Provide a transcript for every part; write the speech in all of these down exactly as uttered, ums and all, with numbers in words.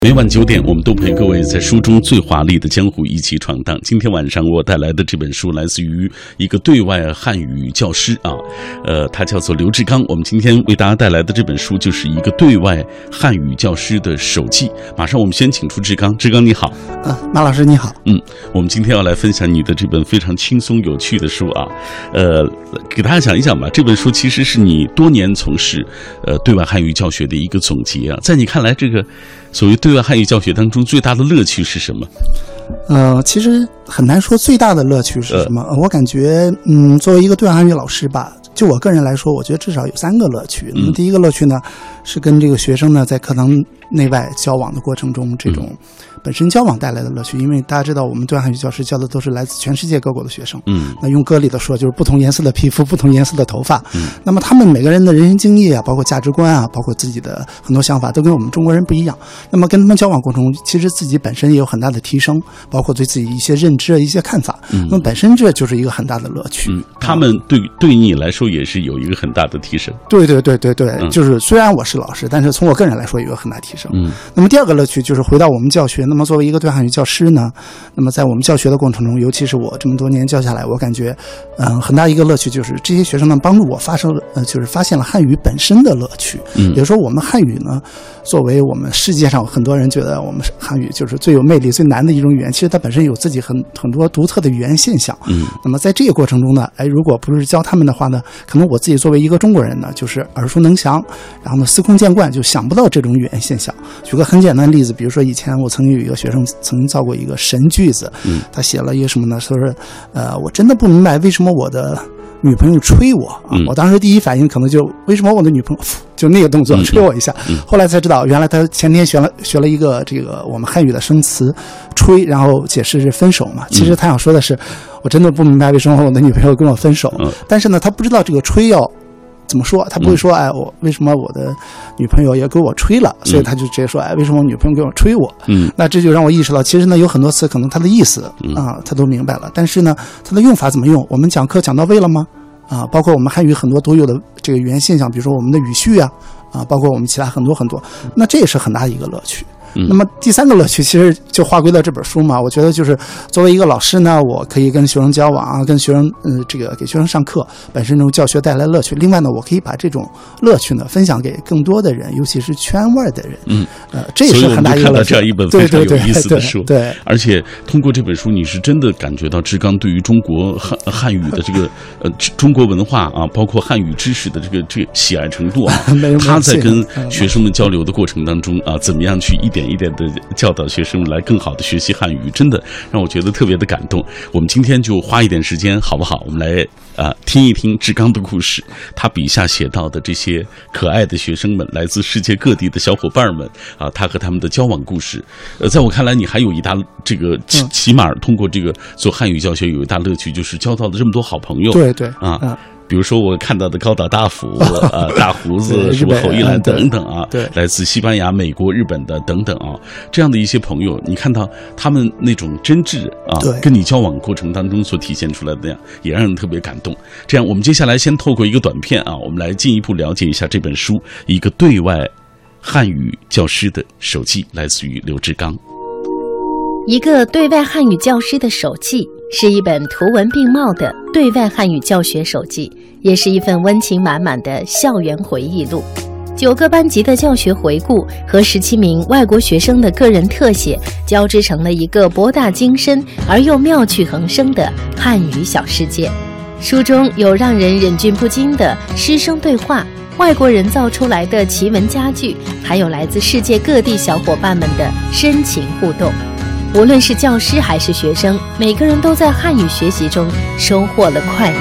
每晚九点，我们都陪各位在书中最华丽的江湖一起闯荡。今天晚上我带来的这本书来自于一个对外汉语教师啊，呃，他叫做刘志刚。我们今天为大家带来的这本书就是一个对外汉语教师的手记。马上我们先请出志刚，志刚你好。 呃，马老师你好。 嗯，我们今天要来分享你的这本非常轻松有趣的书啊，呃，给大家讲一讲吧。这本书其实是你多年从事呃对外汉语教学的一个总结啊。在你看来，这个所谓对外汉语教学当中最大的乐趣是什么？ 呃，其实很难说最大的乐趣是什么。呃、我感觉，嗯，作为一个对外汉语老师吧，就我个人来说，我觉得至少有三个乐趣。那么第一个乐趣呢，是跟这个学生呢在课堂内外交往的过程中，这种本身交往带来的乐趣。因为大家知道，我们对外汉语教师教的都是来自全世界各国的学生。嗯，那用歌里的说，就是不同颜色的皮肤，不同颜色的头发。嗯，那么他们每个人的人生经历啊，包括价值观啊，包括自己的很多想法，都跟我们中国人不一样。那么跟他们交往过程中，其实自己本身也有很大的提升，包括对自己一些认知、一些看法。嗯，那么本身这就是一个很大的乐趣。 嗯，他们对对你来说也是有一个很大的提升。 对对对对对，嗯、就是虽然我是老师，但是从我个人来说有一个很大提升。嗯，那么第二个乐趣就是回到我们教学。那么作为一个对汉语教师呢，那么在我们教学的过程中，尤其是我这么多年教下来，我感觉，嗯、呃，很大一个乐趣就是这些学生们帮助我发生了，呃，就是发现了汉语本身的乐趣。嗯，比如说我们汉语呢，作为我们世界上很多人觉得我们汉语就是最有魅力、最难的一种语言，其实它本身有自己很很多独特的语言现象。嗯，那么在这个过程中呢，哎，如果不是教他们的话呢，可能我自己作为一个中国人呢，就是耳熟能详，然后呢司空见惯，就想不到这种语言现象。举个很简单的例子，比如说以前我曾经有一个学生曾经造过一个神句子，嗯，他写了一个什么呢？说是呃，我真的不明白为什么我的女朋友吹我啊！嗯、我当时第一反应可能就为什么我的女朋友就那个动作吹我一下，嗯嗯、后来才知道原来他前天学了学了一个这个我们汉语的生词吹，然后解释是分手嘛。其实他想说的是，我真的不明白为什么我的女朋友跟我分手，嗯、但是呢，他不知道这个吹要怎么说，他不会说哎，我为什么我的女朋友也给我吹了，所以他就直接说哎，为什么我女朋友给我吹我？嗯，那这就让我意识到，其实呢有很多词可能他的意思啊，他都明白了，但是呢，他的用法怎么用？我们讲课讲到位了吗？啊，包括我们汉语很多独有的这个语言现象，比如说我们的语序啊，啊，包括我们其他很多很多，那这也是很大的一个乐趣。那么第三个乐趣其实就划归到这本书嘛，我觉得就是作为一个老师呢，我可以跟学生交往啊，跟学生呃这个给学生上课，本身这种教学带来乐趣。另外呢，我可以把这种乐趣呢分享给更多的人，尤其是圈外的人。嗯，呃，这也是很大一个乐趣。所以我们看到这样一本非常有意思的书， 对，对对对对，而且通过这本书，你是真的感觉到志刚对于中国汉汉语的这个呃中国文化啊，包括汉语知识的这个这个喜爱程度啊，他在跟学生们交流的过程当中啊，怎么样去一点一点的教导学生来更好的学习汉语，真的让我觉得特别的感动。我们今天就花一点时间好不好，我们来啊听一听志刚的故事，他笔下写到的这些可爱的学生们，来自世界各地的小伙伴们啊，他和他们的交往故事。呃，在我看来，你还有一大这个起起码通过这个做汉语教学有一大乐趣，就是交到了这么多好朋友。 对对啊。嗯，比如说我看到的高岛大辅啊、大胡子、什么侯一兰等等啊， 对， 来自西班牙、美国、日本的等等啊，这样的一些朋友，你看到他们那种真挚啊，跟你交往过程当中所体现出来的那样，也让人特别感动。这样，我们接下来先透过一个短片啊，我们来进一步了解一下这本书，一个对外汉语教师的手记，来自于刘志刚。 一个对外汉语教师的手记是一本图文并茂的对外汉语教学手记，也是一份温情满满的校园回忆录。九个班级的教学回顾和十七名外国学生的个人特写交织成了一个博大精深而又妙趣横生的汉语小世界。书中有让人忍俊不禁的师生对话，外国人造出来的奇闻佳句，还有来自世界各地小伙伴们的深情互动。无论是教师还是学生，每个人都在汉语学习中收获了快乐。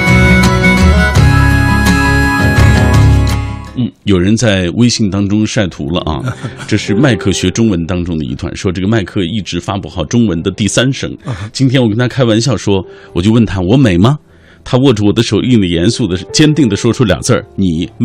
嗯，有人在微信当中晒图了啊，这是麦克学中文当中的一段，说这个麦克一直发不好中文的第三声。今天我跟他开玩笑说，我就问他我美吗？他握住我的手，一脸严肃的、坚定的说出俩字儿：你美。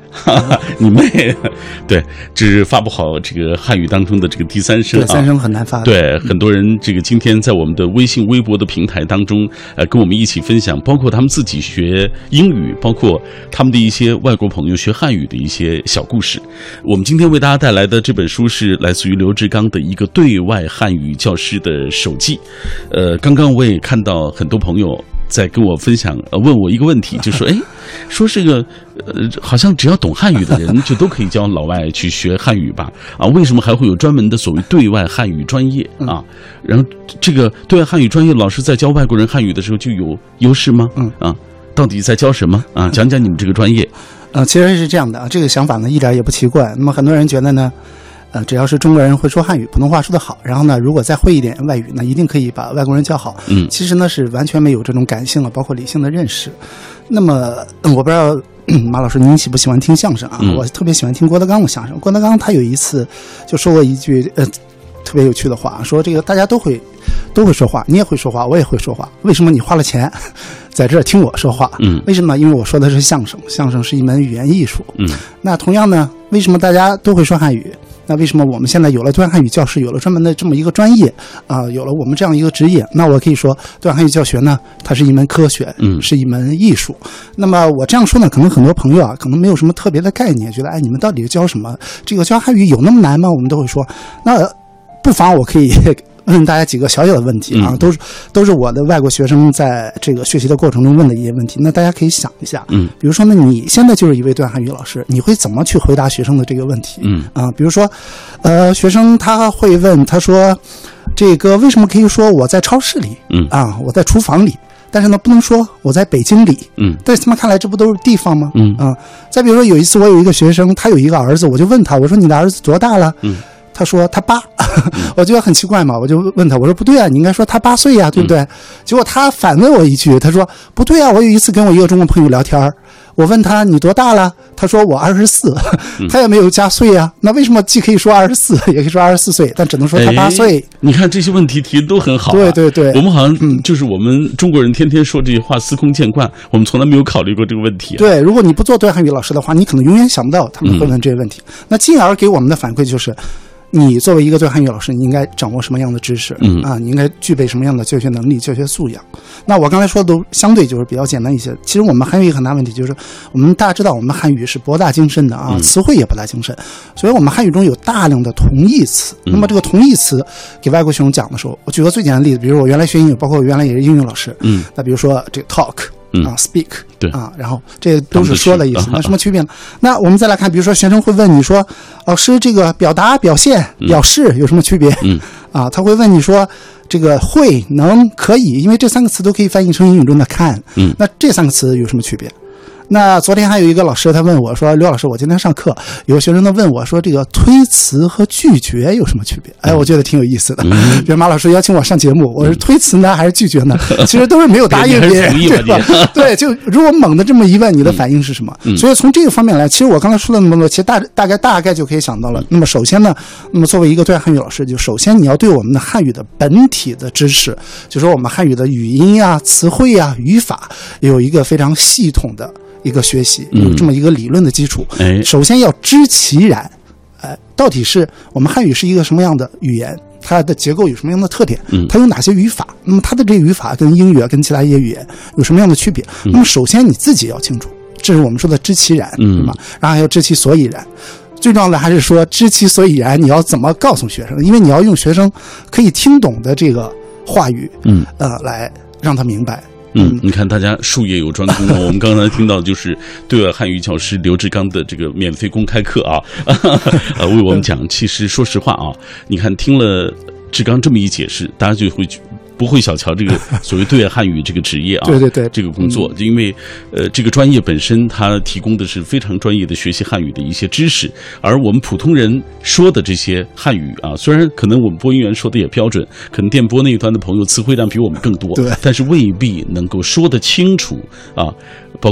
你妹！对，这是发不好这个汉语当中的这个第三声啊， 对，三声很难发的。 对，很多人这个今天在我们的微信、微博的平台当中，呃，跟我们一起分享，包括他们自己学英语，包括他们的一些外国朋友学汉语的一些小故事。我们今天为大家带来的这本书是来自于刘志刚的一个对外汉语教师的手记。呃，刚刚我也看到很多朋友在跟我分享，呃，问我一个问题，就说，哎，说这个，呃，好像只要懂汉语的人就都可以教老外去学汉语吧？啊，为什么还会有专门的所谓对外汉语专业啊？然后这个对外汉语专业老师在教外国人汉语的时候就有优势吗？嗯啊，到底在教什么啊？讲讲你们这个专业。 呃，其实是这样的啊，这个想法呢一点也不奇怪。那么很多人觉得呢，呃，只要是中国人会说汉语，普通话说得好，然后呢，如果再会一点外语呢，一定可以把外国人教好。嗯，其实呢是完全没有这种感性啊，包括理性的认识。那么、嗯、我不知道、嗯、马老师您喜不喜欢听相声啊？嗯、我特别喜欢听郭德纲的相声。郭德纲他有一次就说过一句呃特别有趣的话，说这个大家都会都会说话，你也会说话，我也会说话，为什么你花了钱在这儿听我说话？嗯，为什么？因为我说的是相声，相声是一门语言艺术。嗯，那同样呢，为什么大家都会说汉语？那为什么我们现在有了对外汉语教师，有了专门的这么一个专业啊、呃，有了我们这样一个职业？那我可以说，对外汉语教学呢，它是一门科学，嗯，是一门艺术。那么我这样说呢，可能很多朋友啊，可能没有什么特别的概念，觉得哎，你们到底教什么？这个教汉语有那么难吗？我们都会说，那不妨我可以问大家几个小小的问题啊，都是都是我的外国学生在这个学习的过程中问的一些问题。那大家可以想一下，嗯，比如说呢，你现在就是一位对外汉语老师，你会怎么去回答学生的这个问题？嗯啊，比如说，呃，学生他会问，他说，这个为什么可以说我在超市里？嗯啊，我在厨房里。但是呢，不能说我在北京里，嗯，在他们看来，这不都是地方吗？嗯啊，再比如说，有一次我有一个学生，他有一个儿子，我就问他，我说你的儿子多大了？嗯。他说他八，我觉得很奇怪嘛，我就问他，我说不对啊，你应该说他八岁呀，对不对？嗯、结果他反问我一句，他说不对啊，我有一次跟我一个中国朋友聊天，我问他你多大了，他说我二十四，他也没有加岁啊，那为什么既可以说二十四，也可以说二十四岁，但只能说他八岁、哎？ 你看这些问题提的都很好、啊， 对对对， 我们好像就是我们中国人天天说这些话司空见惯，我们从来没有考虑过这个问题、啊。对， 如果你不做对汉语老师的话，你可能永远想不到他们会问这些问题。嗯、那进而给我们的反馈就是。你作为一个对汉语老师，你应该掌握什么样的知识？嗯啊，你应该具备什么样的教学能力、教学素养？那我刚才说的都相对就是比较简单一些。其实我们汉语很大问题就是，我们大家知道我们汉语是博大精深的啊，嗯、词汇也博大精深，所以我们汉语中有大量的同义词。嗯、那么这个同义词给外国学生讲的时候，我举个最简单的例子，比如我原来学英语，包括我原来也是英语老师，嗯，那比如说这个 talk。嗯啊 ，speak， 对啊，然后这都是说的意思，那什么区别呢？那我们再来看，比如说学生会问你说，老师这个表达、表现、表示有什么区别？嗯，啊，他会问你说，这个会、能、可以，因为这三个词都可以翻译成英语中的 can， 嗯，那这三个词有什么区别？那昨天还有一个老师，他问我说：“刘老师，我今天上课，有个学生他问我说，这个推辞和拒绝有什么区别？”哎，我觉得挺有意思的。嗯、比如马老师邀请我上节目，我是推辞呢还是拒绝呢？其实都是没有答应别人，对吧？对，就如果猛的这么一问，你的反应是什么？嗯、所以从这个方面来，其实我刚才说了那么多，其实大大概大概就可以想到了。那么首先呢，那么作为一个对汉语老师，就首先你要对我们的汉语的本体的知识，就说我们汉语的语音啊、词汇啊、语法，有一个非常系统的。一个学习有这么一个理论的基础，嗯、首先要知其然，呃，到底是我们汉语是一个什么样的语言，它的结构有什么样的特点，嗯、它有哪些语法，那么它的这个语法跟英语啊，跟其他一些语言有什么样的区别？嗯、那么首先你自己要清楚，这是我们说的知其然，嗯、对吗？然后还有知其所以然。最重要的还是说知其所以然，你要怎么告诉学生？因为你要用学生可以听懂的这个话语，嗯，呃，来让他明白。 嗯，你看大家术业有专攻啊！我们刚才听到就是对外汉语教师刘志刚的这个免费公开课啊，呃，为我们讲。其实说实话啊，你看听了志刚这么一解释，大家就会不会小瞧这个所谓对外汉语这个职业啊， 对对对， 这个工作，因为呃这个专业本身它提供的是非常专业的学习汉语的一些知识，而我们普通人说的这些汉语啊，虽然可能我们播音员说的也标准，可能电波那一端的朋友词汇量比我们更多， 对， 但是未必能够说得清楚啊，包括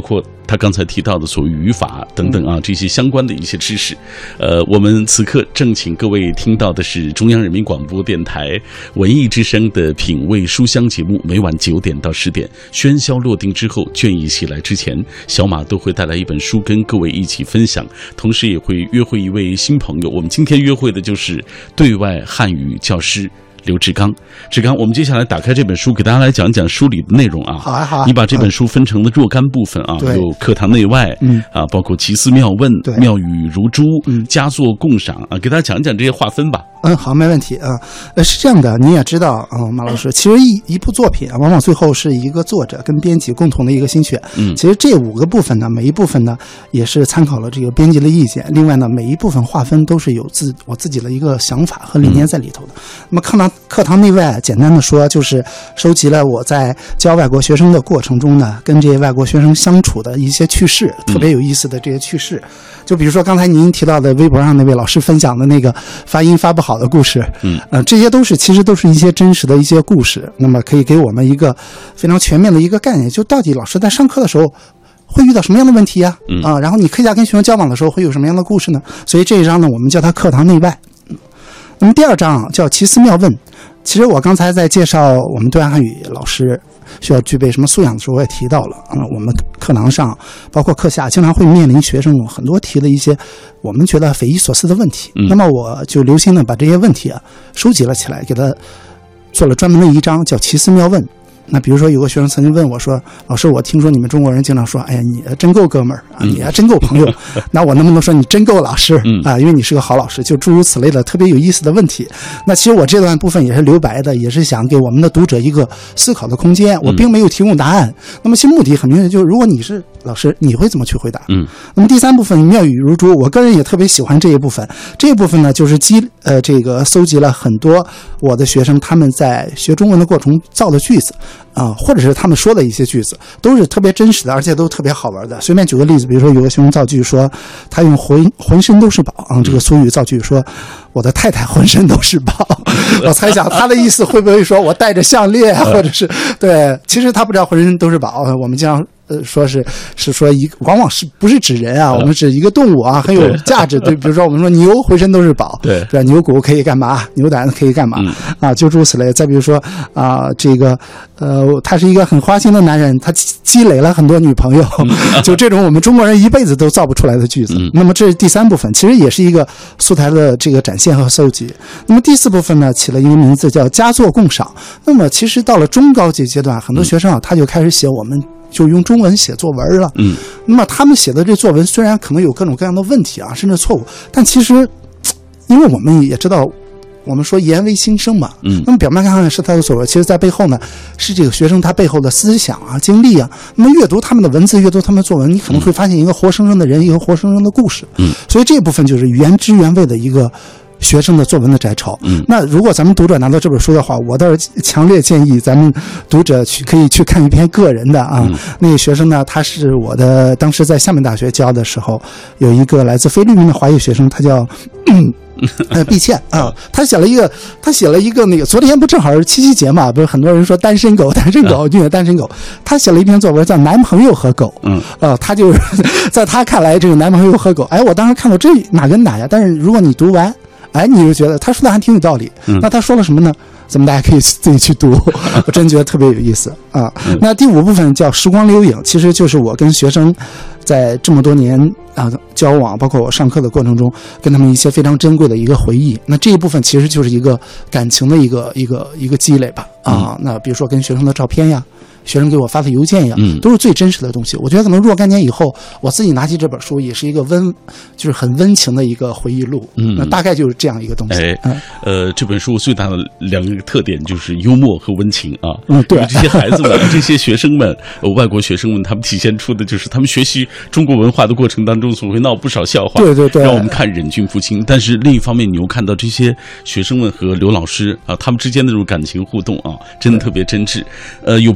他刚才提到的所谓语法等等啊，这些相关的一些知识。呃，我们此刻正请各位听到的是中央人民广播电台文艺之声的品味书香节目，每晚九点到十点，喧嚣落定之后，倦意袭来之前，小马都会带来一本书跟各位一起分享，同时也会约会一位新朋友。我们今天约会的就是对外汉语教师刘志刚。志刚，我们接下来打开这本书，给大家来讲讲书里的内容啊。 好啊，好啊。 你把这本书分成了若干部分啊，有课堂内外，嗯啊，包括奇思妙问、妙语如珠、嗯、佳作共赏啊，给大家讲讲这些划分吧。 嗯，好，没问题啊。呃，是这样的，你也知道啊、呃，马老师，其实一一部作品啊，往往最后是一个作者跟编辑共同的一个心血。嗯，其实这五个部分呢，每一部分呢也是参考了这个编辑的意见。另外呢，每一部分划分都是有自我自己的一个想法和理念在里头的。嗯、那么课堂课堂内外，简单的说，就是收集了我在教外国学生的过程中呢，跟这些外国学生相处的一些趣事，特别有意思的这些趣事。嗯、就比如说刚才您提到的微博上那位老师分享的那个发音发不好的故事，嗯，呃，这些都是其实都是一些真实的一些故事，那么可以给我们一个非常全面的一个概念，就到底老师在上课的时候会遇到什么样的问题啊？嗯啊，然后你课下跟学生交往的时候会有什么样的故事呢？所以这一章呢，我们叫它课堂内外。那么第二章啊，叫奇思妙问。其实我刚才在介绍我们对外汉语老师需要具备什么素养的时候，我也提到了啊、嗯，我们课堂上包括课下经常会面临学生很多提的一些我们觉得匪夷所思的问题。嗯、那么我就留心的把这些问题啊收集了起来，给他做了专门的一章，叫奇思妙问。那比如说有个学生曾经问我说，老师，我听说你们中国人经常说，哎呀，你真够哥们儿啊，你还真够朋友，嗯、那我能不能说你真够老师、嗯、啊？因为你是个好老师，就诸如此类的特别有意思的问题。那其实我这段部分也是留白的，也是想给我们的读者一个思考的空间，我并没有提供答案。嗯、那么其目的很明确，就是如果你是老师，你会怎么去回答？嗯。那么第三部分妙语如珠，我个人也特别喜欢这一部分。这一部分呢，就是积呃这个搜集了很多我的学生他们在学中文的过程中造的句子。啊，或者是他们说的一些句子，都是特别真实的，而且都特别好玩的。随便举个例子，比如说有个学生造句说，他用浑浑身都是宝啊，这个俗语造句说，我的太太浑身都是宝。我猜想他的意思会不会说我戴着项链，或者是对，其实他不知道浑身都是宝。我们经常呃说是是说一往往是不是指人啊，我们指一个动物啊，很有价值。对，比如说我们说牛浑身都是宝，对，对吧？牛骨可以干嘛？牛胆可以干嘛？啊，就诸如此类。再比如说啊，这个呃，他是一个很花心的男人，他积累了很多女朋友，就这种我们中国人一辈子都造不出来的句子。那么这是第三部分，其实也是一个素材的这个展现和搜集。那么第四部分呢，起了一个名字叫佳作共赏。那么其实到了中高级阶段，很多学生啊，他就开始写我们就用中文写作文了。嗯，那么他们写的这作文虽然可能有各种各样的问题啊，甚至错误，但其实因为我们也知道，我们说言为心声嘛，嗯，那么表面看是他的作文，其实在背后呢是这个学生他背后的思想啊、经历啊。那么阅读他们的文字，阅读他们的作文，你可能会发现一个活生生的人，一个活生生的故事。嗯，所以这部分就是原汁原味的一个学生的作文的摘抄。嗯，那如果咱们读者拿到这本书的话，我倒是强烈建议咱们读者去可以去看一篇个人的啊。嗯、那个学生呢，他是我的当时在厦门大学教的时候，有一个来自菲律宾的华裔学生，他叫。嗯呃，毕倩啊，他写了一个，他写了一个那个，昨天不正好是七夕节嘛？不是很多人说单身狗，单身狗，虐单身狗。他写了一篇作文叫《男朋友和狗》。嗯，呃，他就是在他看来，这个男朋友和狗，哎，我当时看到这哪跟哪呀？但是如果你读完，哎，你就觉得他说的还挺有道理。嗯，那他说了什么呢？咱们大家可以自己去读，我真觉得特别有意思啊。那第五部分叫时光留影，其实就是我跟学生在这么多年啊交往，包括我上课的过程中，跟他们一些非常珍贵的一个回忆。那这一部分其实就是一个感情的一个一个一个积累吧啊。那比如说跟学生的照片呀，学生给我发的邮件呀，都是最真实的东西。我觉得可能若干年以后，我自己拿起这本书，也是一个温，就是很温情的一个回忆录。嗯，那大概就是这样一个东西。哎， 嗯、呃，这本书最大的两个特点就是幽默和温情啊。 嗯，对， 这些孩子们、这些学生们、呃、外国学生们，他们体现出的就是他们学习中国文化的过程当中，总会闹不少笑话。 对对对， 让我们看忍俊不禁。但是另一方面，你又看到这些学生们和刘老师啊，他们之间的这种感情互动啊，真的特别真挚。呃，有朋友提到。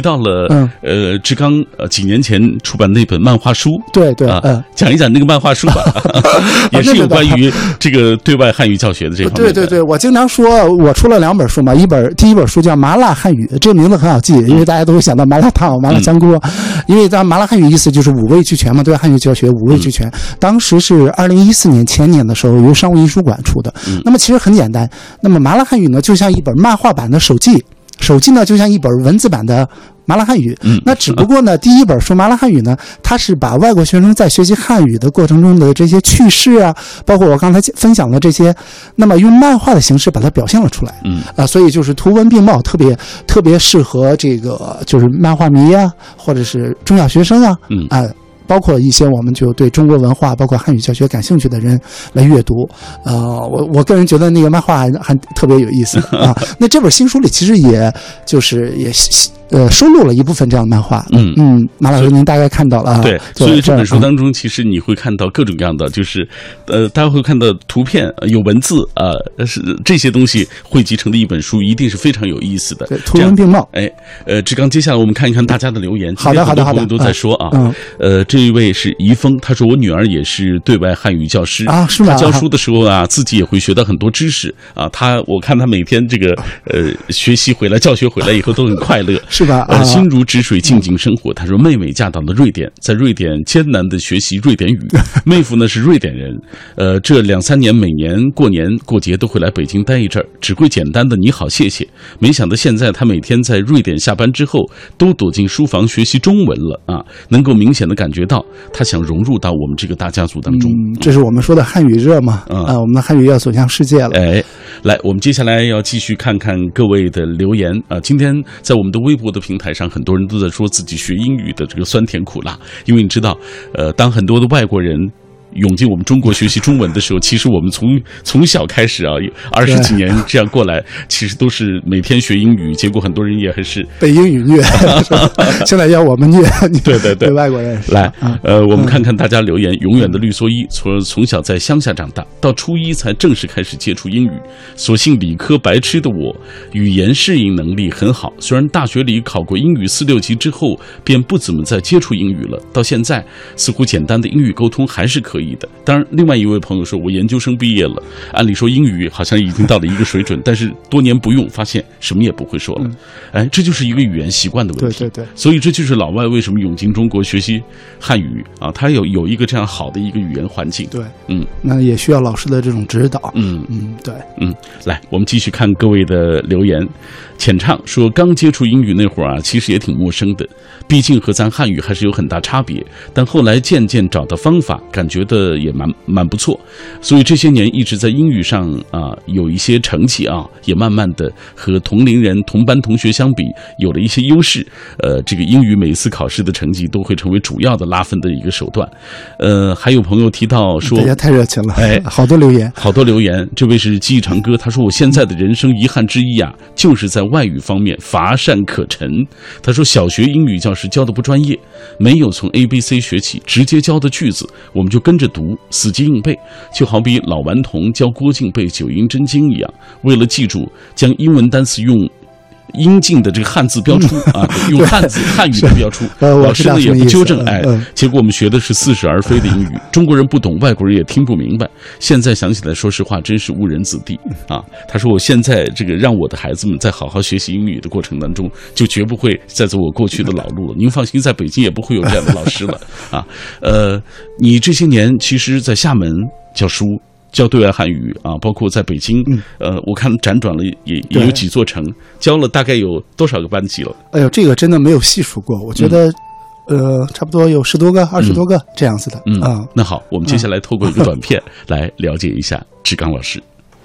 到了，嗯，呃，志刚呃几年前出版那本漫画书， 对对啊， 嗯，讲一讲那个漫画书吧，也是有关于这个对外汉语教学的这方面。 对对对，我经常说，我出了两本书嘛，一本第一本书叫《麻辣汉语》，这个名字很好记，因为大家都会想到麻辣烫、麻辣香锅，嗯、因为咱麻辣汉语意思就是五味俱全嘛，对外汉语教学五味俱全。嗯、当时是二零一四年前年的时候，由商务印书馆出的。嗯、那么其实很简单，那么麻辣汉语呢，就像一本漫画版的手记。手记呢，就像一本文字版的麻辣汉语。嗯，那只不过呢，第一本书麻辣汉语呢，它是把外国学生在学习汉语的过程中的这些趣事啊，包括我刚才分享的这些，那么用漫画的形式把它表现了出来。嗯，啊，所以就是图文并茂，特别特别适合这个就是漫画迷啊，或者是中小学生啊。嗯啊。包括一些我们就对中国文化，包括汉语教学感兴趣的人来阅读，呃，我我个人觉得那个漫画还还特别有意思啊。那这本新书里其实也就是也呃收录了一部分这样的漫画。嗯嗯，马老师您大概看到了啊？ 对，所以这本书当中其实你会看到各种各样的，就是呃大家会看到图片有文字啊，呃、是这些东西汇集成的一本书，一定是非常有意思的。 对，图文并茂。 哎，呃，志刚，接下来我们看一看大家的留言。 好的好的好的， 很多朋友都在说啊， 嗯， 呃。这一位是怡峰，他说我女儿也是对外汉语教师啊，是吗？ 她教书的时候啊，自己也会学到很多知识啊。她我看她每天这个呃学习回来、教学回来以后都很快乐， 是吧？ 呃，心如止水，静静生活。她说妹妹嫁到了瑞典，在瑞典艰难的学习瑞典语。妹夫呢是瑞典人，呃，这两三年每年过年过节都会来北京待一阵儿，只会简单的你好谢谢。没想到现在她每天在瑞典下班之后都躲进书房学习中文了啊，能够明显的感觉到他想融入到我们这个大家族当中。 嗯，这是我们说的汉语热嘛？嗯、啊，我们的汉语要走向世界了。 哎，来，我们接下来要继续看看各位的留言啊。今天在我们的微博的平台上，很多人都在说自己学英语的这个酸甜苦辣，因为你知道，呃，当很多的外国人涌进我们中国学习中文的时候，其实我们从从小开始啊，二十几年这样过来，其实都是每天学英语，结果很多人也还是被英语虐，现在要我们虐， 对对对， 外国人来，呃，我们看看大家留言。永远的绿蓑衣从从小在乡下长大，到初一才正式开始接触英语。所幸理科白痴的我，语言适应能力很好，虽然大学里考过英语四六级之后，便不怎么再接触英语了。到现在，似乎简单的英语沟通还是可以的。当然，另外一位朋友说，我研究生毕业了，按理说英语好像已经到了一个水准，但是多年不用，发现什么也不会说了。嗯、哎，这就是一个语言习惯的问题。 对对对， 所以这就是老外为什么涌进中国学习汉语啊，他有有一个这样好的一个语言环境。 对，嗯，那也需要老师的这种指导。 嗯嗯，对， 嗯，来，我们继续看各位的留言。浅唱说，刚接触英语那会儿啊，其实也挺陌生的，毕竟和咱汉语还是有很大差别。但后来渐渐找到方法，感觉的也蛮蛮不错，所以这些年一直在英语上啊有一些成绩啊，也慢慢的和同龄人、同班同学相比有了一些优势。呃，这个英语每次考试的成绩都会成为主要的拉分的一个手段。呃，还有朋友提到说， 大家太热情了， 哎， 好多留言， 好多留言。这位是记忆长歌，他说我现在的人生遗憾之一啊，就是在外语方面乏善可陈。他说小学英语教师教的不专业，没有从 A B C 学起，直接教的句子我们就跟着读，死记硬背，就好比老顽童教郭靖背九阴真经一样，为了记住，将英文单词用英进的这个汉字标出啊，用汉字汉语的标出，老师呢也不纠正，哎，结果我们学的是似是而非的英语，中国人不懂，外国人也听不明白。现在想起来，说实话，真是误人子弟啊！他说，我现在这个让我的孩子们在好好学习英语的过程当中，就绝不会再走我过去的老路了。您放心，在北京也不会有这样的老师了啊。呃，你这些年其实在厦门教书。教对外汉语啊，包括在北京，嗯、呃，我看辗转了也也有几座城，教了大概有多少个班级了？ 哎呦，这个真的没有细数过，我觉得，嗯、呃，差不多有十多个、二十多个、嗯、这样子的。 嗯啊，那好，我们接下来透过一个短片来了解一下志刚老师。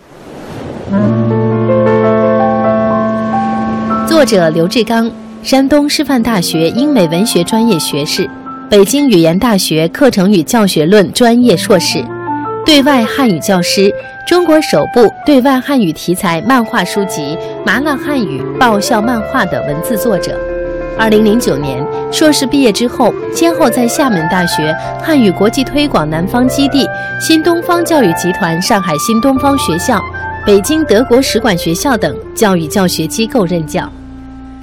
作者刘志刚，山东师范大学英美文学专业学士，北京语言大学课程与教学论专业硕士。对外汉语教师，中国首部对外汉语题材漫画书籍《麻辣汉语》爆笑漫画的文字作者。二零零九年硕士毕业之后，先后在厦门大学汉语国际推广南方基地、新东方教育集团上海新东方学校、北京德国使馆学校等教育教学机构任教。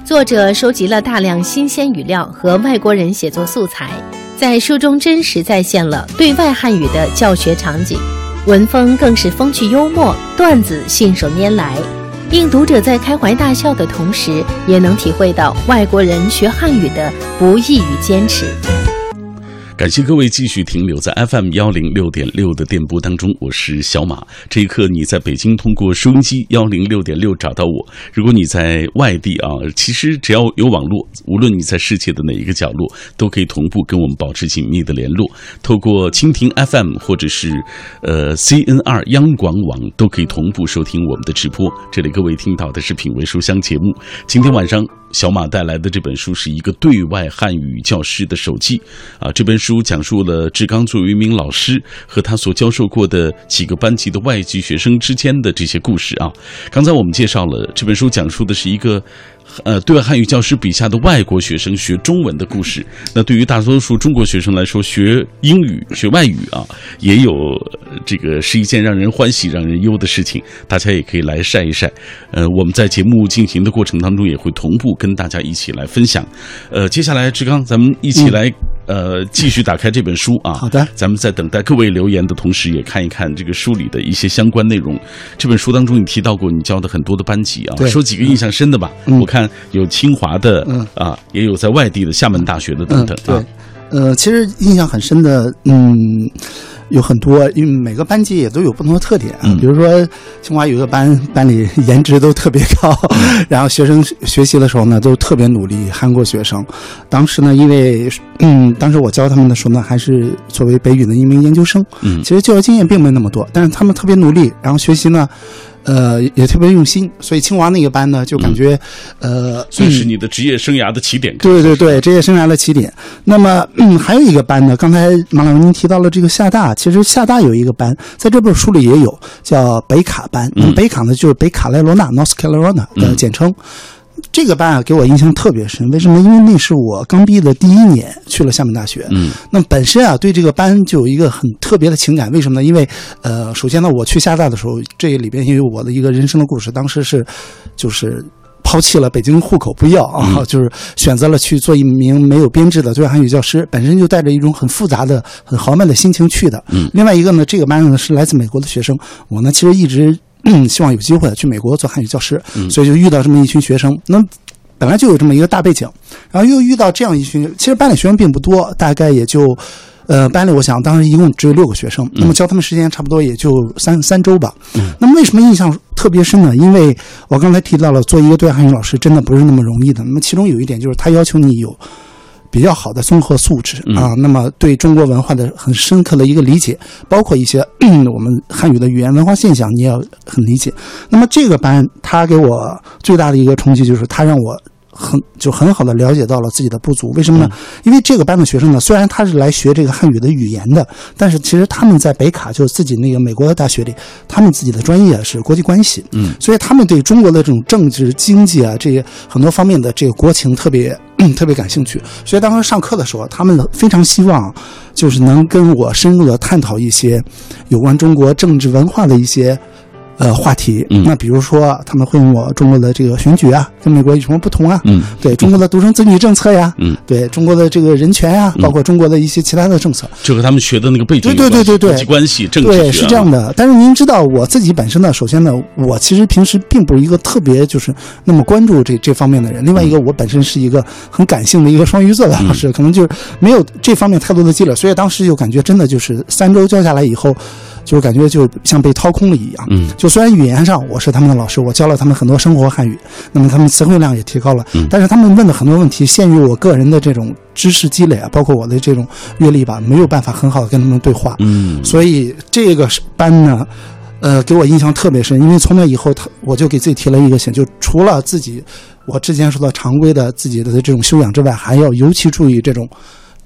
作者收集了大量新鲜语料和外国人写作素材，在书中真实再现了对外汉语的教学场景，文风更是风趣幽默，段子信手拈来，令读者在开怀大笑的同时，也能体会到外国人学汉语的不易与坚持。 感谢各位继续停留在 F M 一零六点六的电波当中，我是小马。这一刻你在北京通过收音机一零六点六找到我，如果你在外地啊，其实只要有网络，无论你在世界的哪一个角落，都可以同步跟我们保持紧密的联络。透过蜻蜓 F M 或者是呃 C N R 央广网都可以同步收听我们的直播。这里各位听到的是品味书香节目，今天晚上小马带来的这本书是一个对外汉语教师的手记啊，这本书讲述了志刚作为一名老师和他所教授过的几个班级的外籍学生之间的这些故事啊。刚才我们介绍了这本书讲述的是一个呃，对外汉语教师笔下的外国学生学中文的故事。那对于大多数中国学生来说，学英语、学外语啊，也有这个是一件让人欢喜、让人忧的事情。大家也可以来晒一晒。呃，我们在节目进行的过程当中，也会同步跟大家一起来分享。呃，接下来志刚，咱们一起来、嗯。呃，继续打开这本书啊。 好的， 咱们在等待各位留言的同时，也看一看这个书里的一些相关内容。这本书当中，你提到过你教的很多的班级啊，说几个印象深的吧。嗯、我看有清华的、嗯、啊，也有在外地的厦门大学的等等、 嗯、对，呃，其实印象很深的，嗯。有很多，因为每个班级也都有不同的特点啊。嗯、比如说，清华有一个班，班里颜值都特别高，嗯、然后学生学习的时候呢，都特别努力，韩国学生。当时呢，因为嗯，当时我教他们的时候呢，还是作为北语的一名研究生，嗯，其实教育经验并没那么多，但是他们特别努力，然后学习呢。呃，也特别用心，所以清华那个班呢，就感觉，嗯、呃， 所以是你的职业生涯的起点。 对对对，职业生涯的起点。那么，嗯，还有一个班呢，刚才马老师您提到了这个厦大，其实厦大有一个班，在这本书里也有，叫北卡班。嗯，北卡呢就是北卡罗来纳 （North Carolina） 的简称。嗯这个班啊，给我印象特别深。为什么？因为那是我刚毕业的第一年，去了厦门大学。嗯，那本身啊，对这个班就有一个很特别的情感。为什么呢？因为呃，首先呢，我去厦大的时候，这里边也有我的一个人生的故事。当时是，就是抛弃了北京户口不要啊，嗯、就是选择了去做一名没有编制的对外汉语教师，本身就带着一种很复杂的、很豪迈的心情去的。嗯，另外一个呢，这个班呢是来自美国的学生，我呢其实一直。嗯，希望有机会去美国做汉语教师，嗯、所以就遇到这么一群学生。那本来就有这么一个大背景，然后又遇到这样一群，其实班里学生并不多，大概也就，呃，班里我想当时一共只有六个学生，嗯、那么教他们时间差不多也就三三周吧。嗯、那么为什么印象特别深呢？因为我刚才提到了，做一个对外汉语老师真的不是那么容易的。那么其中有一点就是他要求你有比较好的综合素质啊，那么对中国文化的很深刻的一个理解，包括一些我们汉语的语言文化现象，你也要很理解。那么这个班他给我最大的一个冲击就是他让我很就很好的了解到了自己的不足。为什么呢？因为这个班的学生呢，虽然他是来学这个汉语的语言的，但是其实他们在北卡就是自己那个美国的大学里，他们自己的专业是国际关系，嗯，所以他们对中国的这种政治经济啊这些很多方面的这个国情特别。嗯，特别感兴趣，所以当时上课的时候，他们非常希望，就是能跟我深入的探讨一些有关中国政治文化的一些呃话题。嗯，那比如说他们会问我中国的这个选举啊，跟美国有什么不同啊？嗯，对中国的独生子女政策呀，嗯，对中国的这个人权呀，包括中国的一些其他的政策， 就和他们学的那个背景有对对对对对国际关系、政治学、啊、 对是这样的。但是您知道，我自己本身呢，首先呢，我其实平时并不是一个特别就是那么关注这这方面的人。另外一个，我本身是一个很感性的一个双鱼座的老师，嗯、可能就是没有这方面太多的积累，所以当时就感觉真的就是三周教下来以后。就感觉就像被掏空了一样，嗯，就虽然语言上我是他们的老师，我教了他们很多生活汉语，那么他们词汇量也提高了，嗯，但是他们问的很多问题，限于我个人的这种知识积累啊，包括我的这种阅历吧，没有办法很好的跟他们对话，嗯，所以这个班呢，呃，给我印象特别深，因为从那以后，他我就给自己提了一个醒，就除了自己我之前说的常规的自己的这种修养之外，还要尤其注意这种。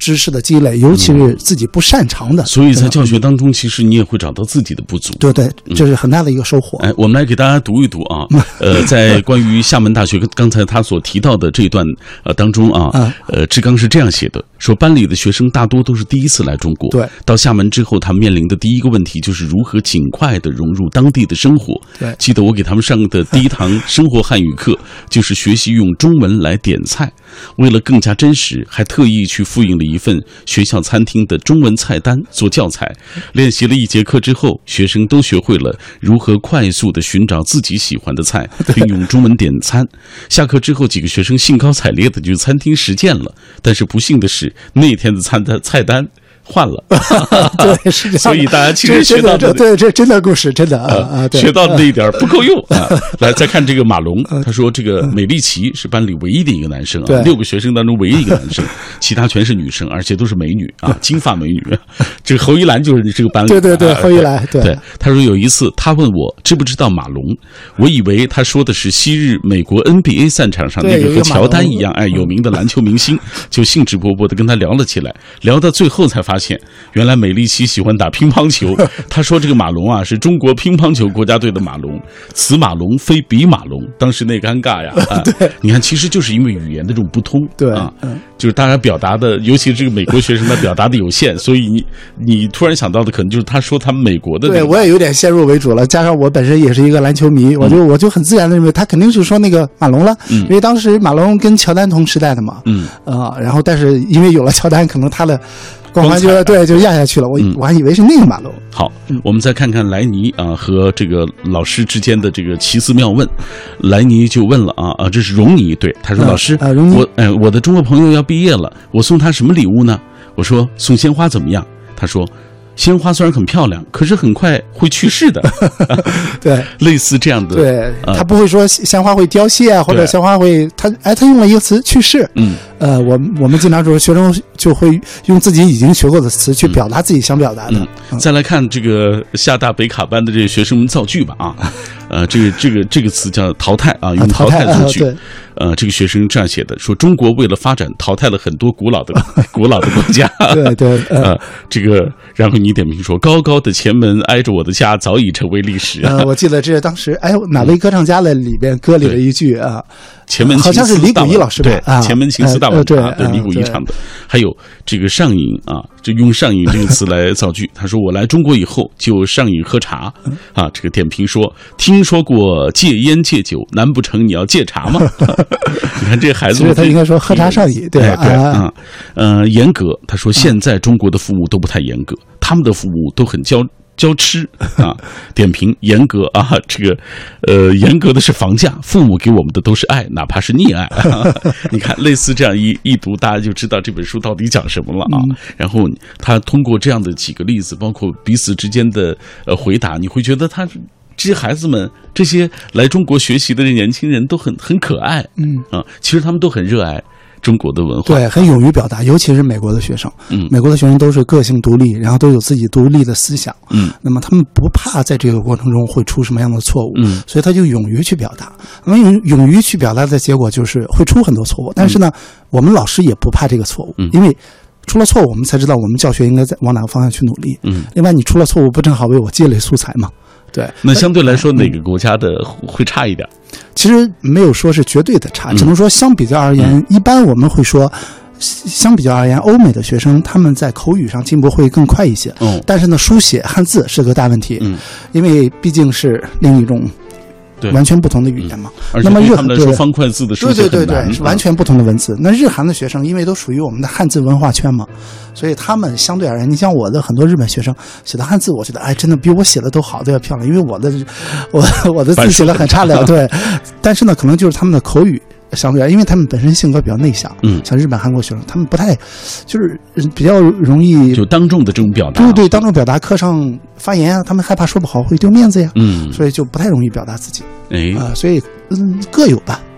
知识的积累，尤其是自己不擅长的。 嗯、所以在教学当中，其实你也会找到自己的不足。 对对，这是很大的一个收获。 哎，我们来给大家读一读啊，呃，在关于厦门大学刚才他所提到的这一段呃当中啊，呃，志刚是这样写的，说班里的学生大多都是第一次来中国， 对， 到厦门之后，他们面临的第一个问题就是如何尽快的融入当地的生活。 对， 记得我给他们上的第一堂生活汉语课，就是学习用中文来点菜。为了更加真实，还特意去复印了一份学校餐厅的中文菜单做教材。练习了一节课之后，学生都学会了如何快速地寻找自己喜欢的菜，并用中文点餐。下课之后，几个学生兴高采烈地去餐厅实践了。但是不幸的是，那天的餐单菜单换了。 对，是这样。 所以大家其实学到的对，这真的故事，真的啊啊， 学到的那一点不够用啊。来，再看这个马龙，他说这个美丽奇是班里唯一的一个男生啊，六个学生当中唯一一个男生，其他全是女生，而且都是美女啊，金发美女。这个侯一兰就是这个班里， 对对对，侯一兰， 对。他说有一次他问我知不知道马龙，我以为他说的是昔日美国 N B A 赛场上那个和乔丹一样哎有名的篮球明星，就兴致勃勃地跟他聊了起来，聊到最后才发现，原来美丽奇喜欢打乒乓球。他说这个马龙啊是中国乒乓球国家队的马龙，此马龙非彼马龙。当时那尴尬呀，啊、 对， 你看其实就是因为语言的这种不通， 对啊，就是大家表达的，尤其是这个美国学生他表达的有限，所以你你突然想到的可能就是他说他们美国的、那个。 对，我也有点先入为主了，加上我本身也是一个篮球迷，我就、嗯、我就很自然的认为他肯定是说那个马龙了，嗯、因为当时马龙跟乔丹同时代的嘛，嗯啊、呃，然后但是因为有了乔丹，可能他的光环就对就压下去了，我、嗯、我还以为是那个马龙。 好，嗯、我们再看看莱尼啊和这个老师之间的这个奇思妙问。莱尼就问了啊啊，这是荣尼，对，他说、嗯、老师，呃、我哎、呃、我的中国朋友要毕业了，我送他什么礼物呢？我说送鲜花怎么样？他说鲜花虽然很漂亮，可是很快会去世的。 对， 类似这样的。 对，呃、他不会说鲜花会凋谢啊，或者鲜花会，他哎，他用了一个词去世。嗯，呃，我我们经常说学生就会用自己已经学过的词去表达自己想表达的。 嗯嗯、再来看这个厦大北卡班的这些学生们造句吧啊，呃，这个这个这个词叫淘汰啊，用淘汰造句。啊呃，这个学生这样写的，说中国为了发展淘汰了很多古老的古老的国家。 对对， 呃，这个，然后你点评说，高高的前门挨着我的家，早已成为历史。 呃，我记得这是当时，哎，哪位歌唱家的里边歌里的一句啊， 前门好像是李谷一老师对， 啊， 前门情思大碗茶，对，李谷一唱的。还有这个上瘾啊，这用上瘾这个词来造句。他说我来中国以后就上瘾喝茶啊。这个点评说，听说过戒烟戒酒，难不成你要戒茶吗？你看这个孩子， 其实他应该说喝茶上瘾，对吧？ 对啊，呃，严格。他说现在中国的父母都不太严格，他们的父母都很娇娇吃啊。点评严格啊，这个呃，严格的是房价，父母给我们的都是爱，哪怕是溺爱。啊、你看，类似这样一一读，大家就知道这本书到底讲什么了啊。嗯、然后他通过这样的几个例子，包括彼此之间的呃回答，你会觉得他。这些孩子们，这些来中国学习的年轻人都很很可爱，嗯啊，其实他们都很热爱中国的文化， 对，很勇于表达，尤其是美国的学生，嗯，美国的学生都是个性独立，然后都有自己独立的思想，嗯，那么他们不怕在这个过程中会出什么样的错误，嗯，所以他就勇于去表达，那么勇勇于去表达的结果就是会出很多错误，但是呢，嗯、我们老师也不怕这个错误，嗯，因为。出了错误，我们才知道我们教学应该在往哪个方向去努力。嗯，另外，你出了错误，不正好为我积累素材吗？对。 那相对来说，哪个国家的会差一点？ 其实没有说是绝对的差，只能说相比较而言，嗯、一般我们会说，相比较而言，欧美的学生他们在口语上进步会更快一些。嗯，但是呢，书写汉字是个大问题。嗯，因为毕竟是另一种。完全不同的语言嘛， 嗯、那么日韩来说方块字的书写很难， 对对对对，是完全不同的文字。那日韩的学生因为都属于我们的汉字文化圈嘛，所以他们相对而言，你像我的很多日本学生写的汉字，我觉得哎，真的比我写的都好，都要漂亮。因为我的我我的字写的很差的，对。但是呢，可能就是他们的口语。相对，因为他们本身性格比较内向，嗯，像日本、韩国学生，他们不太，就是比较容易就当众的这种表达， 对对，当众表达，课上发言啊，他们害怕说不好会丢面子呀，嗯，所以就不太容易表达自己，哎啊、呃，所以嗯各有吧。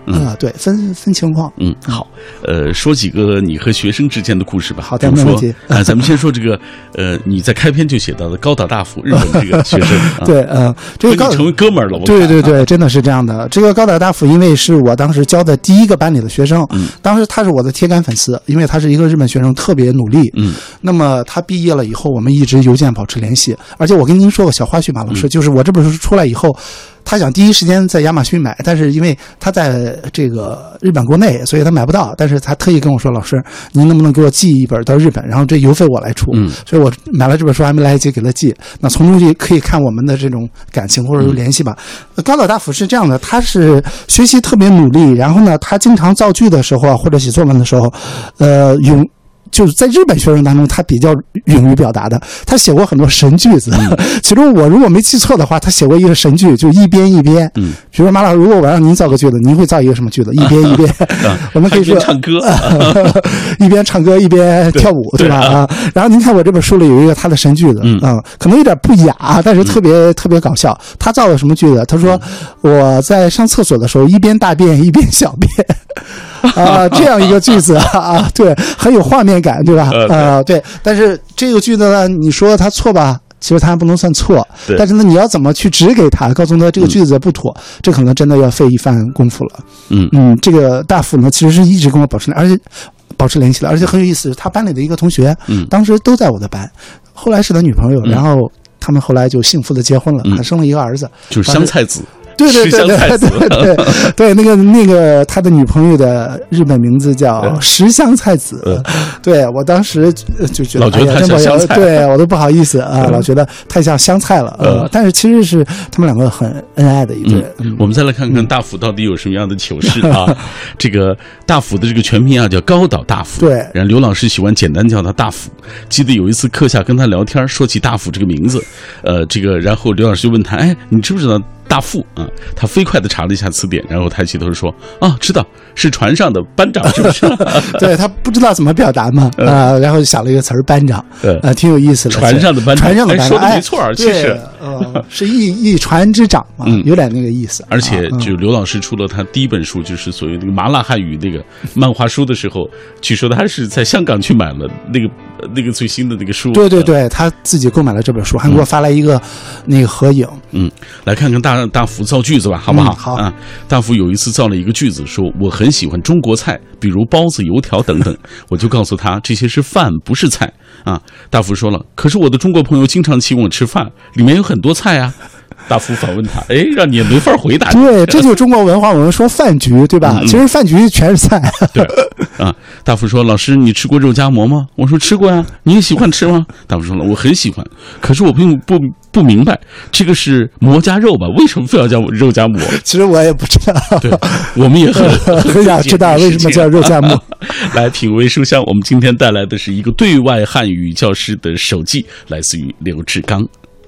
啊、呃，对，分分情况。 嗯，好，呃，说几个你和学生之间的故事吧。 好的，没问题。 啊、呃，咱们先说这个，呃，你在开篇就写到的高岛大辅，日本这个学生。啊、 对，呃，这个高成为哥们儿了。 对对对，真的是这样的。这个高岛大辅，因为是我当时教的第一个班里的学生，嗯，当时他是我的铁杆粉丝，因为他是一个日本学生，特别努力。嗯，那么他毕业了以后，我们一直邮件保持联系。而且我跟您说个小花絮，马老师，嗯、就是我这本书出来以后。他想第一时间在亚马逊买，但是因为他在这个日本国内，所以他买不到。但是他特意跟我说：“老师，您能不能给我寄一本到日本？然后这邮费我来出。”嗯，所以我买了这本书，还没来得及给他寄。那从中就可以看我们的这种感情或者联系吧。嗯、高岛大辅是这样的，他是学习特别努力，然后呢，他经常造句的时候啊，或者写作文的时候，呃，用。就是在日本学生当中，他比较勇于表达的。他写过很多神句子，嗯、其中我如果没记错的话，他写过一个神句，就一边一边。嗯，比如说马老师，如果我让您造个句子，您会造一个什么句子？一边一边，啊、我们可以说唱歌， 一边唱歌一边跳舞，对, 对吧？啊，啊然后您看我这本书里有一个他的神句子，嗯、啊，可能有点不雅，但是特别、嗯、特别搞笑。他造的什么句子？他说、嗯、我在上厕所的时候一边大便一边小便。啊，这样一个句子啊，对，很有画面感，对吧？啊，对。但是这个句子呢，你说它错吧，其实它还不能算错。但是呢，你要怎么去指给他，告诉他这个句子不妥，嗯、这可能真的要费一番功夫了。嗯嗯，这个大辅呢，其实是一直跟我保持，而且保持联系的，而且很有意思。他班里的一个同学，嗯，当时都在我的班，后来是他女朋友，嗯、然后他们后来就幸福的结婚了，还、嗯、生了一个儿子， 就是香菜子。 对对对对对对对，那个那个他的女朋友的日本名字叫石香菜子，嗯、对我当时就觉得老觉得太像香菜， 哎、对我都不好意思啊，嗯、老觉得太像香菜了。呃、嗯，但是其实是他们两个很恩爱的一对。 嗯嗯、我们再来看看大辅到底有什么样的糗事啊？嗯、这个大辅的这个全名啊叫高岛大辅， 对， 然后刘老师喜欢简单叫他大辅。记得有一次课下跟他聊天，说起大辅这个名字，呃，这个然后刘老师就问他，哎，你知不知道？大副啊，他飞快地查了一下词典，然后抬起头说：“啊，知道是船上的班长，是不是？” 对他不知道怎么表达嘛，啊、呃，然后想了一个词儿“班长”，呃，呃，挺有意思的。 船上的班长， 船上的班长， 哎、说的没错， 哎、 其实呃，是一一船之长嘛，嗯、有点那个意思。 而且，就刘老师出了他第一本书，就是所谓那个麻辣汉语那个漫画书的时候，据说他是在香港去买了那个那个最新的那个书。 对对对，他自己购买了这本书，还给我发来一个那个合影。 嗯，来看看大。大辅造句子吧，好不好？ 嗯、好啊。大辅有一次造了一个句子，说我很喜欢中国菜，比如包子、油条等等。我就告诉他，这些是饭，不是菜啊。大辅说了，可是我的中国朋友经常请我吃饭，里面有很多菜啊。大辅反问他，哎，让你也没法回答。 对，这就是中国文化。我们说饭局，对吧？嗯、其实饭局全是菜。 对啊。大辅说，老师，你吃过肉夹馍吗？我说吃过呀。你也喜欢吃吗？大辅说了，我很喜欢，可是我并不不明白，这个是馍夹肉吧？为什么非要叫肉夹馍？ 其实我也不知道。 对，我们也很很想知道为什么叫肉夹馍。 来，品味书香，我们今天带来的是一个对外汉语教师的手记，来自于刘志刚。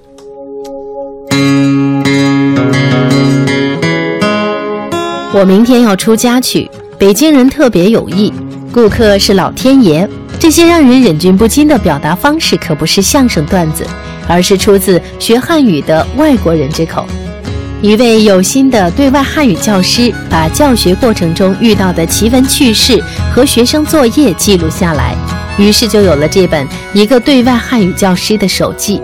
我明天要出家去，北京人特别有意，顾客是老天爷。这些让人忍俊不禁的表达方式可不是相声段子，而是出自学汉语的外国人之口。一位有心的对外汉语教师把教学过程中遇到的奇闻趣事和学生作业记录下来，于是就有了这本《一个对外汉语教师的手记》。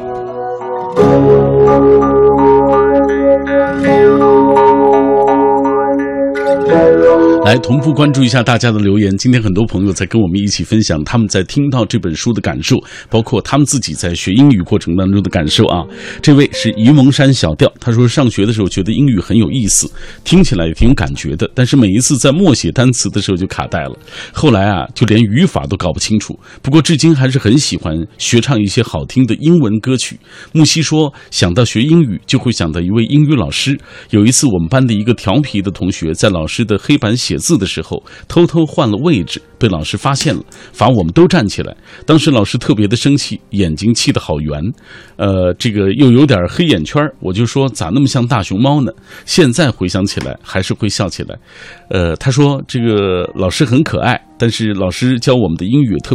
来同步关注一下大家的留言。今天很多朋友在跟我们一起分享他们在听到这本书的感受，包括他们自己在学英语过程当中的感受啊。这位是榆蒙山小调，他说上学的时候觉得英语很有意思，听起来也挺有感觉的，但是每一次在默写单词的时候就卡带了，后来啊就连语法都搞不清楚。不过至今还是很喜欢学唱一些好听的英文歌曲。木西说想到学英语就会想到一位英语老师，有一次我们班的一个调皮的同学在老师的黑板写字的时候偷偷换了位置，被老师发现了，罚我们都站起来。当时老师特别的生气，眼睛气得好圆，呃，这个又有点黑眼圈，我就说咋那么像大熊猫呢？现在回想起来还是会笑起来。呃，他说这个老师很可爱，但是老师教我们的英语特别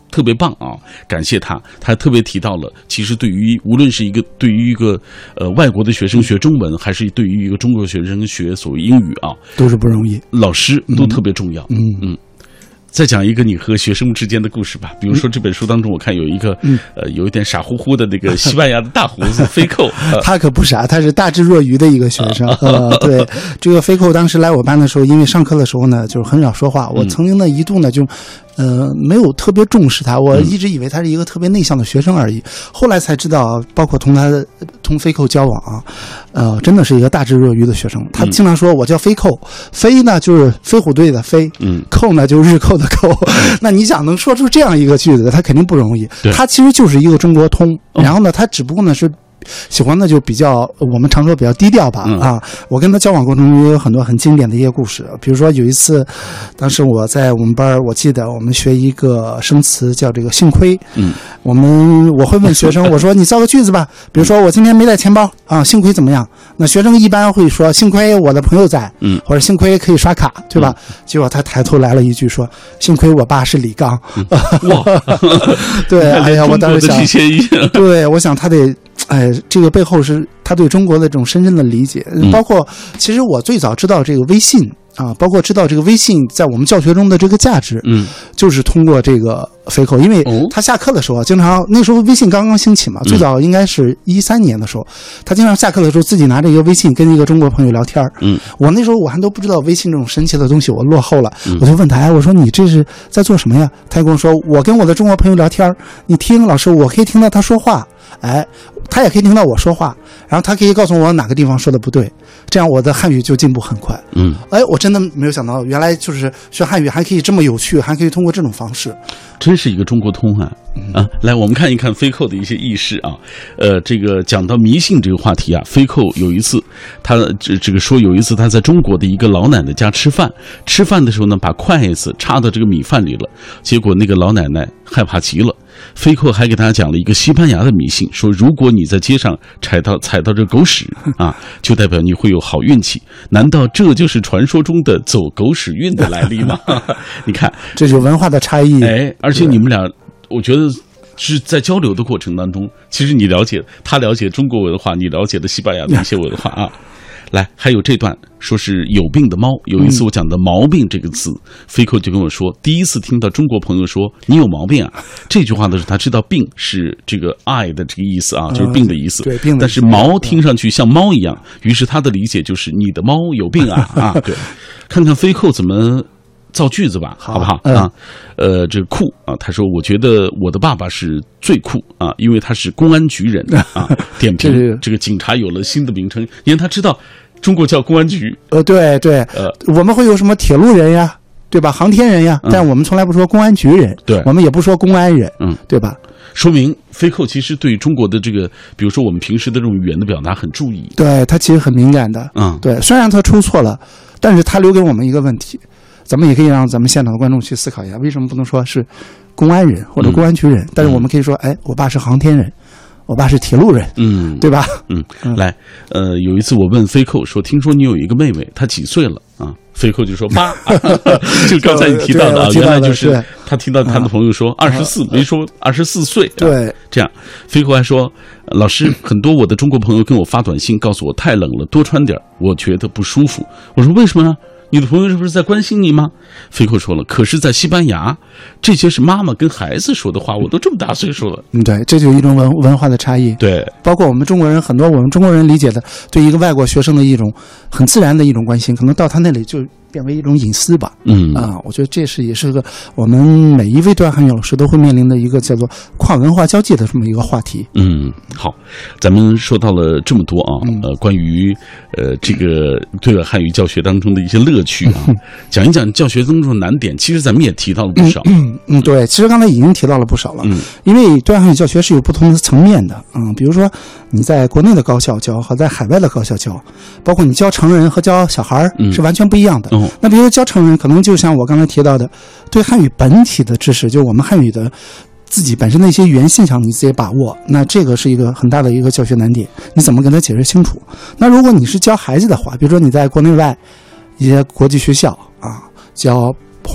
特别棒啊！感谢他，他还特别提到了，其实对于无论是一个对于一个呃外国的学生学中文，还是对于一个中国学生学所谓英语啊， 都是不容易， 老师都特别重要。 嗯嗯。再讲一个你和学生之间的故事吧，比如说这本书当中，我看有一个、嗯、呃有一点傻乎乎的那个西班牙的大胡子菲寇，呃、 他可不傻，他是大智若愚的一个学生。呃，对，这个菲寇当时来我班的时候，因为上课的时候呢，就是很少说话，我曾经呢一度呢就。呃，没有特别重视他，我一直以为他是一个特别内向的学生而已。后来才知道，包括同他同菲寇交往啊，呃，真的是一个大智若愚的学生。他经常说我叫菲寇，飞呢就是飞虎队的飞，嗯，寇呢就是日寇的寇。那你想能说出这样一个句子，他肯定不容易。他其实就是一个中国通，然后呢，他只不过呢是。喜欢的就比较我们常说比较低调吧、嗯、啊，我跟他交往过程中也有很多很经典的一些故事，比如说有一次，当时我在我们班，我记得我们学一个生词叫这个幸亏，嗯，我们我会问学生，我说你造个句子吧，比如说我今天没带钱包啊，幸亏怎么样？那学生一般会说幸亏我的朋友在，嗯，或者幸亏可以刷卡，对吧？嗯、结果他抬头来了一句说幸亏我爸是李刚，嗯、哇，对，哎呀，我当时想，对，我想他得。哎，这个背后是他对中国的这种深深的理解，包括其实我最早知道这个微信啊，包括知道这个微信在我们教学中的这个价值，嗯，就是通过这个菲寇，因为他下课的时候经常那时候微信刚刚兴起嘛，最早应该是一三年的时候，他经常下课的时候自己拿着一个微信跟一个中国朋友聊天，嗯，我那时候我还都不知道微信这种神奇的东西，我落后了，嗯、我就问他，哎，我说你这是在做什么呀？他跟我说，我跟我的中国朋友聊天，你听，老师，我可以听到他说话。哎，他也可以听到我说话，然后他可以告诉我哪个地方说的不对，这样我的汉语就进步很快。嗯，哎，我真的没有想到，原来就是学汉语还可以这么有趣，还可以通过这种方式， 真是一个中国通啊！啊，来，我们看一看菲寇的一些轶事啊。呃，这个讲到迷信这个话题啊，菲寇有一次，他这这个说有一次他在中国的一个老奶奶家吃饭，吃饭的时候呢，把筷子插到这个米饭里了，结果那个老奶奶害怕极了。菲寇还给大家讲了一个西班牙的迷信，说如果你在街上踩到踩到这狗屎啊，就代表你会有好运气。难道这就是传说中的走狗屎运的来历吗？你看， 这就文化的差异。 哎，而且你们俩，我觉得是在交流的过程当中，其实你了解他了解中国文化，你了解的西班牙的一些文化啊。来，还有这段说是有病的猫。有一次我讲的毛病这个词，嗯、菲寇就跟我说，第一次听到中国朋友说你有毛病啊这句话的时候，他知道病是这个爱的这个意思啊，就是病的意思。 嗯、对，病的意思。 但是毛听上去像猫一样，于是他的理解就是你的猫有病啊啊！对，看看菲寇怎么造句子吧，好, 好不好、嗯、啊？呃，这个酷啊，他说我觉得我的爸爸是最酷啊，因为他是公安局人啊。点评这, 这个警察有了新的名称，因为他知道中国叫公安局。 呃，对对，呃，我们会有什么铁路人呀，对吧？航天人呀，嗯、但我们从来不说公安局人， 对， 我们也不说公安人，嗯，对吧？ 说明菲寇其实对中国的这个，比如说我们平时的这种语言的表达很注意， 对他其实很敏感的，嗯，对，虽然他出错了，但是他留给我们一个问题。咱们也可以让咱们现场的观众去思考一下，为什么不能说是公安人或者公安局人？嗯、但是我们可以说，哎，我爸是航天人，我爸是铁路人，嗯，对吧？ 嗯，嗯来，呃，有一次我问菲寇说，听说你有一个妹妹，她几岁了啊？菲寇就说八，就刚才你提到的啊，原来就是他听到他的朋友说二十四，没说二十四岁， 对， 这样。菲寇还说，老师，很多我的中国朋友跟我发短信，告诉我太冷了，多穿点，我觉得不舒服。我说为什么呢？你的朋友是不是在关心你吗？菲寇说了，可是在西班牙，这些是妈妈跟孩子说的话，我都这么大岁数了。 嗯，对，这就是一种文文化的差异。 对， 包括我们中国人，很多我们中国人理解的对一个外国学生的一种很自然的一种关心，可能到他那里就变为一种隐私吧。嗯啊，我觉得这是也是个我们每一位对外汉语老师都会面临的一个叫做跨文化交际的这么一个话题。 嗯，好，咱们说到了这么多啊，嗯、呃，关于呃这个对外汉语教学当中的一些乐趣啊，嗯、讲一讲教学当中的难点。其实咱们也提到了不少。 嗯 嗯, 嗯，对，其实刚才已经提到了不少了。嗯，因为对外汉语教学是有不同的层面的。嗯，比如说你在国内的高校教和在海外的高校教，包括你教成人和教小孩是完全不一样的。嗯哦、那比如教成人，可能就像我刚才提到的，对汉语本体的知识，就是我们汉语的自己本身的一些语言现象，你自己把握，那这个是一个很大的一个教学难点，你怎么跟他解释清楚？那如果你是教孩子的话，比如说你在国内外一些国际学校啊，教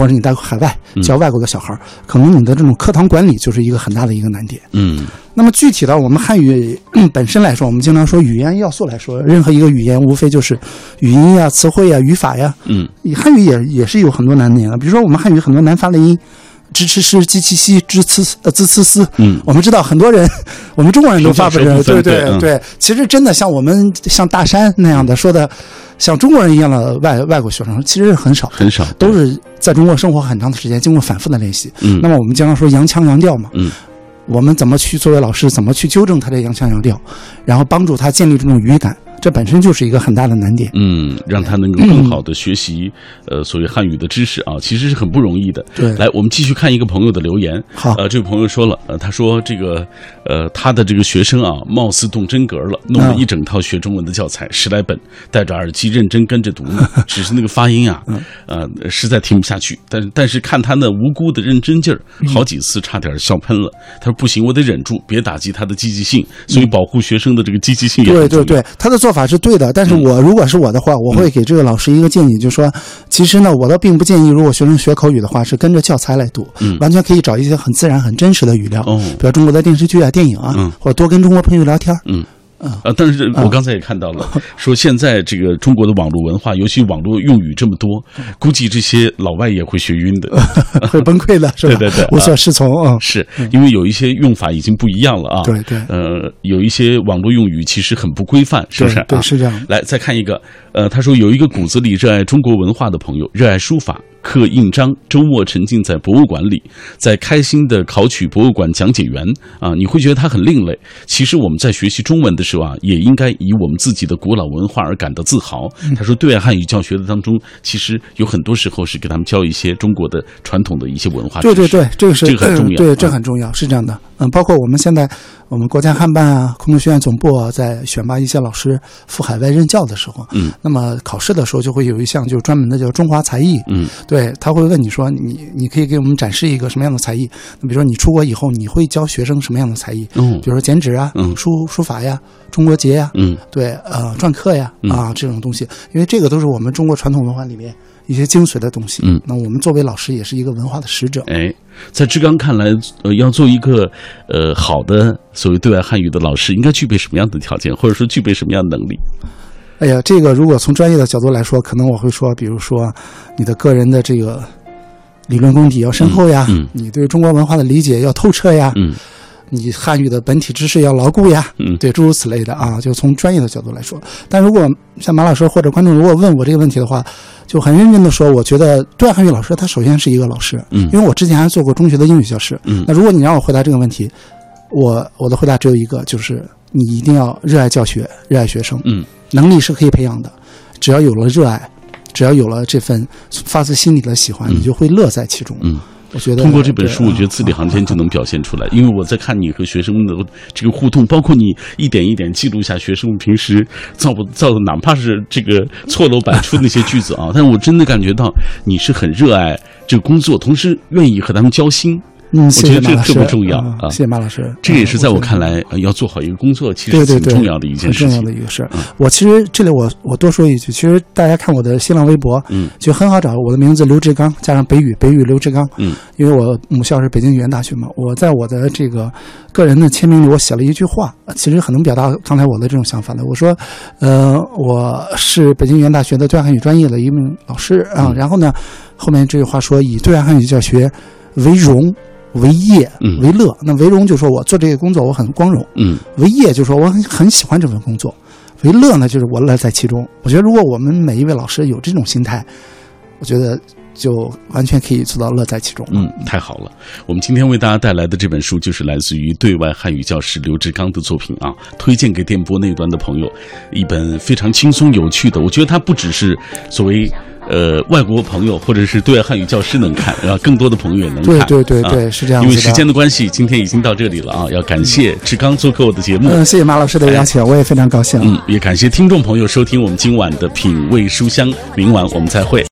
或者你在海外教外国的小孩，嗯、可能你的这种课堂管理就是一个很大的一个难点。 嗯， 那么具体到我们汉语本身来说，我们经常说语言要素来说，任何一个语言无非就是语音呀、词汇呀、语法呀。 嗯， 汉语也也是有很多难点的，比如说我们汉语很多难发的音。支吃诗、鸡七西、支呲呃滋呲丝，嗯，我们知道很多人，我们中国人都发不成，对对、嗯、对。其实真的像我们像大山那样的说的，像中国人一样的外外国学生，其实很少很少， 都是在中国生活很长的时间，经过反复的练习。 嗯， 那么我们经常说洋腔洋调嘛， 嗯， 我们怎么去作为老师怎么去纠正他的洋腔洋调，然后帮助他建立这种语感。这本身就是一个很大的难点， 嗯，让他能够更好的学习，嗯、呃，所谓汉语的知识啊，其实是很不容易的。 对， 来，我们继续看一个朋友的留言。 好， 呃，这位朋友说了，呃，他说这个，呃，他的这个学生啊，貌似动真格了，弄了一整套学中文的教材，十来本，戴着耳机认真跟着读呢，只是那个发音啊，呃，实在听不下去。但但是看他那无辜的认真劲儿，好几次差点笑喷了。他说不行，我得忍住，别打击他的积极性。所以保护学生的这个积极性也很重要。 对对对，他的做法是对的，但是我如果是我的话，我会给这个老师一个建议，就是说，其实呢，我倒并不建议，如果学生学口语的话，是跟着教材来读， 嗯， 完全可以找一些很自然、很真实的语料， 哦， 比如中国的电视剧啊、电影啊， 嗯， 或者多跟中国朋友聊天， 嗯。啊，但是我刚才也看到了，嗯、说现在这个中国的网络文化，尤其网络用语这么多，估计这些老外也会学晕的， 会崩溃的，是吧？ 对对对， 无所适从啊、嗯。 是因为有一些用法已经不一样了啊。 对对。 呃，有一些网络用语其实很不规范，是不是？ 对，对是这样。 来，再看一个，呃，他说有一个骨子里热爱中国文化的朋友，热爱书法。刻印章，周末沉浸在博物馆里，在开心的考取博物馆讲解员啊，你会觉得他很另类。其实我们在学习中文的时候啊，也应该以我们自己的古老文化而感到自豪。嗯、他说，对外汉语教学的当中，其实有很多时候是给他们教一些中国的传统的一些文化知识。 对对对，这个是这个很重要， 呃、对，这很重要，嗯、是这样的。嗯，包括我们现在我们国家汉办啊、空中学院总部啊，在选拔一些老师赴海外任教的时候， 嗯， 那么考试的时候就会有一项就是专门的叫中华才艺， 嗯， 对，他会问你说你你可以给我们展示一个什么样的才艺？比如说你出国以后你会教学生什么样的才艺？ 嗯， 比如说剪纸啊， 嗯， 书书法呀，中国结呀， 嗯， 对，呃，篆刻呀， 嗯、 啊这种东西，因为这个都是我们中国传统文化里面一些精髓的东西。 嗯， 那我们作为老师也是一个文化的使者。 哎，在志刚看来，呃，要做一个呃好的所谓对外汉语的老师，应该具备什么样的条件，或者说具备什么样的能力？ 哎呀，这个如果从专业的角度来说，可能我会说，比如说你的个人的这个理论功底要深厚呀， 嗯嗯、 你对中国文化的理解要透彻呀， 嗯， 你汉语的本体知识要牢固呀， 嗯， 对，诸如此类的啊，就从专业的角度来说。但如果像马老师或者观众如果问我这个问题的话，就很认真的说，我觉得对外汉语老师他首先是一个老师， 嗯， 因为我之前还做过中学的英语教师， 嗯， 那如果你让我回答这个问题，我我的回答只有一个，就是你一定要热爱教学，热爱学生， 嗯， 能力是可以培养的，只要有了热爱，只要有了这份发自心里的喜欢， 嗯、 你就会乐在其中， 嗯。 我觉得通过这本书，我觉得字里行间就能表现出来。因为我在看你和学生们的这个互动，包括你一点一点记录下学生们平时造不造的，哪怕是这个错漏百出那些句子啊，但我真的感觉到你是很热爱这个工作，同时愿意和他们交心。 嗯， 我觉得这个特别重要啊！谢谢马老师， 这个也是在我看来，呃，要做好一个工作，其实挺重要的一件事情， 很重要的一个事儿。 嗯、 我其实这里我我多说一句，其实大家看我的新浪微博， 嗯， 就很好找，我的名字刘志刚加上北语，北语刘志刚， 嗯， 因为我母校是北京语言大学嘛，我在我的这个个人的签名里，我写了一句话，其实很能表达刚才我的这种想法的。我说，呃，我是北京语言大学的对外汉语专业的一名老师啊， 嗯、 然后呢，后面这句话说以对外汉语教学为荣。为业为乐，那为荣就说我做这个工作我很光荣， 嗯， 为业就说我很很喜欢这份工作，为乐呢就是我乐在其中。我觉得如果我们每一位老师有这种心态，我觉得就完全可以做到乐在其中。 嗯，太好了。我们今天为大家带来的这本书就是来自于对外汉语教师刘志刚的作品啊，推荐给电波那端的朋友，一本非常轻松有趣的。我觉得它不只是所谓呃，外国朋友或者是对外汉语教师能看，然后更多的朋友也能看。 对对对对， 啊、 是这样子的。 因为时间的关系，今天已经到这里了啊！要感谢志刚做客我的节目。 嗯，谢谢马老师的邀请，哎、我也非常高兴。 嗯，也感谢听众朋友收听我们今晚的品味书香，明晚我们再会。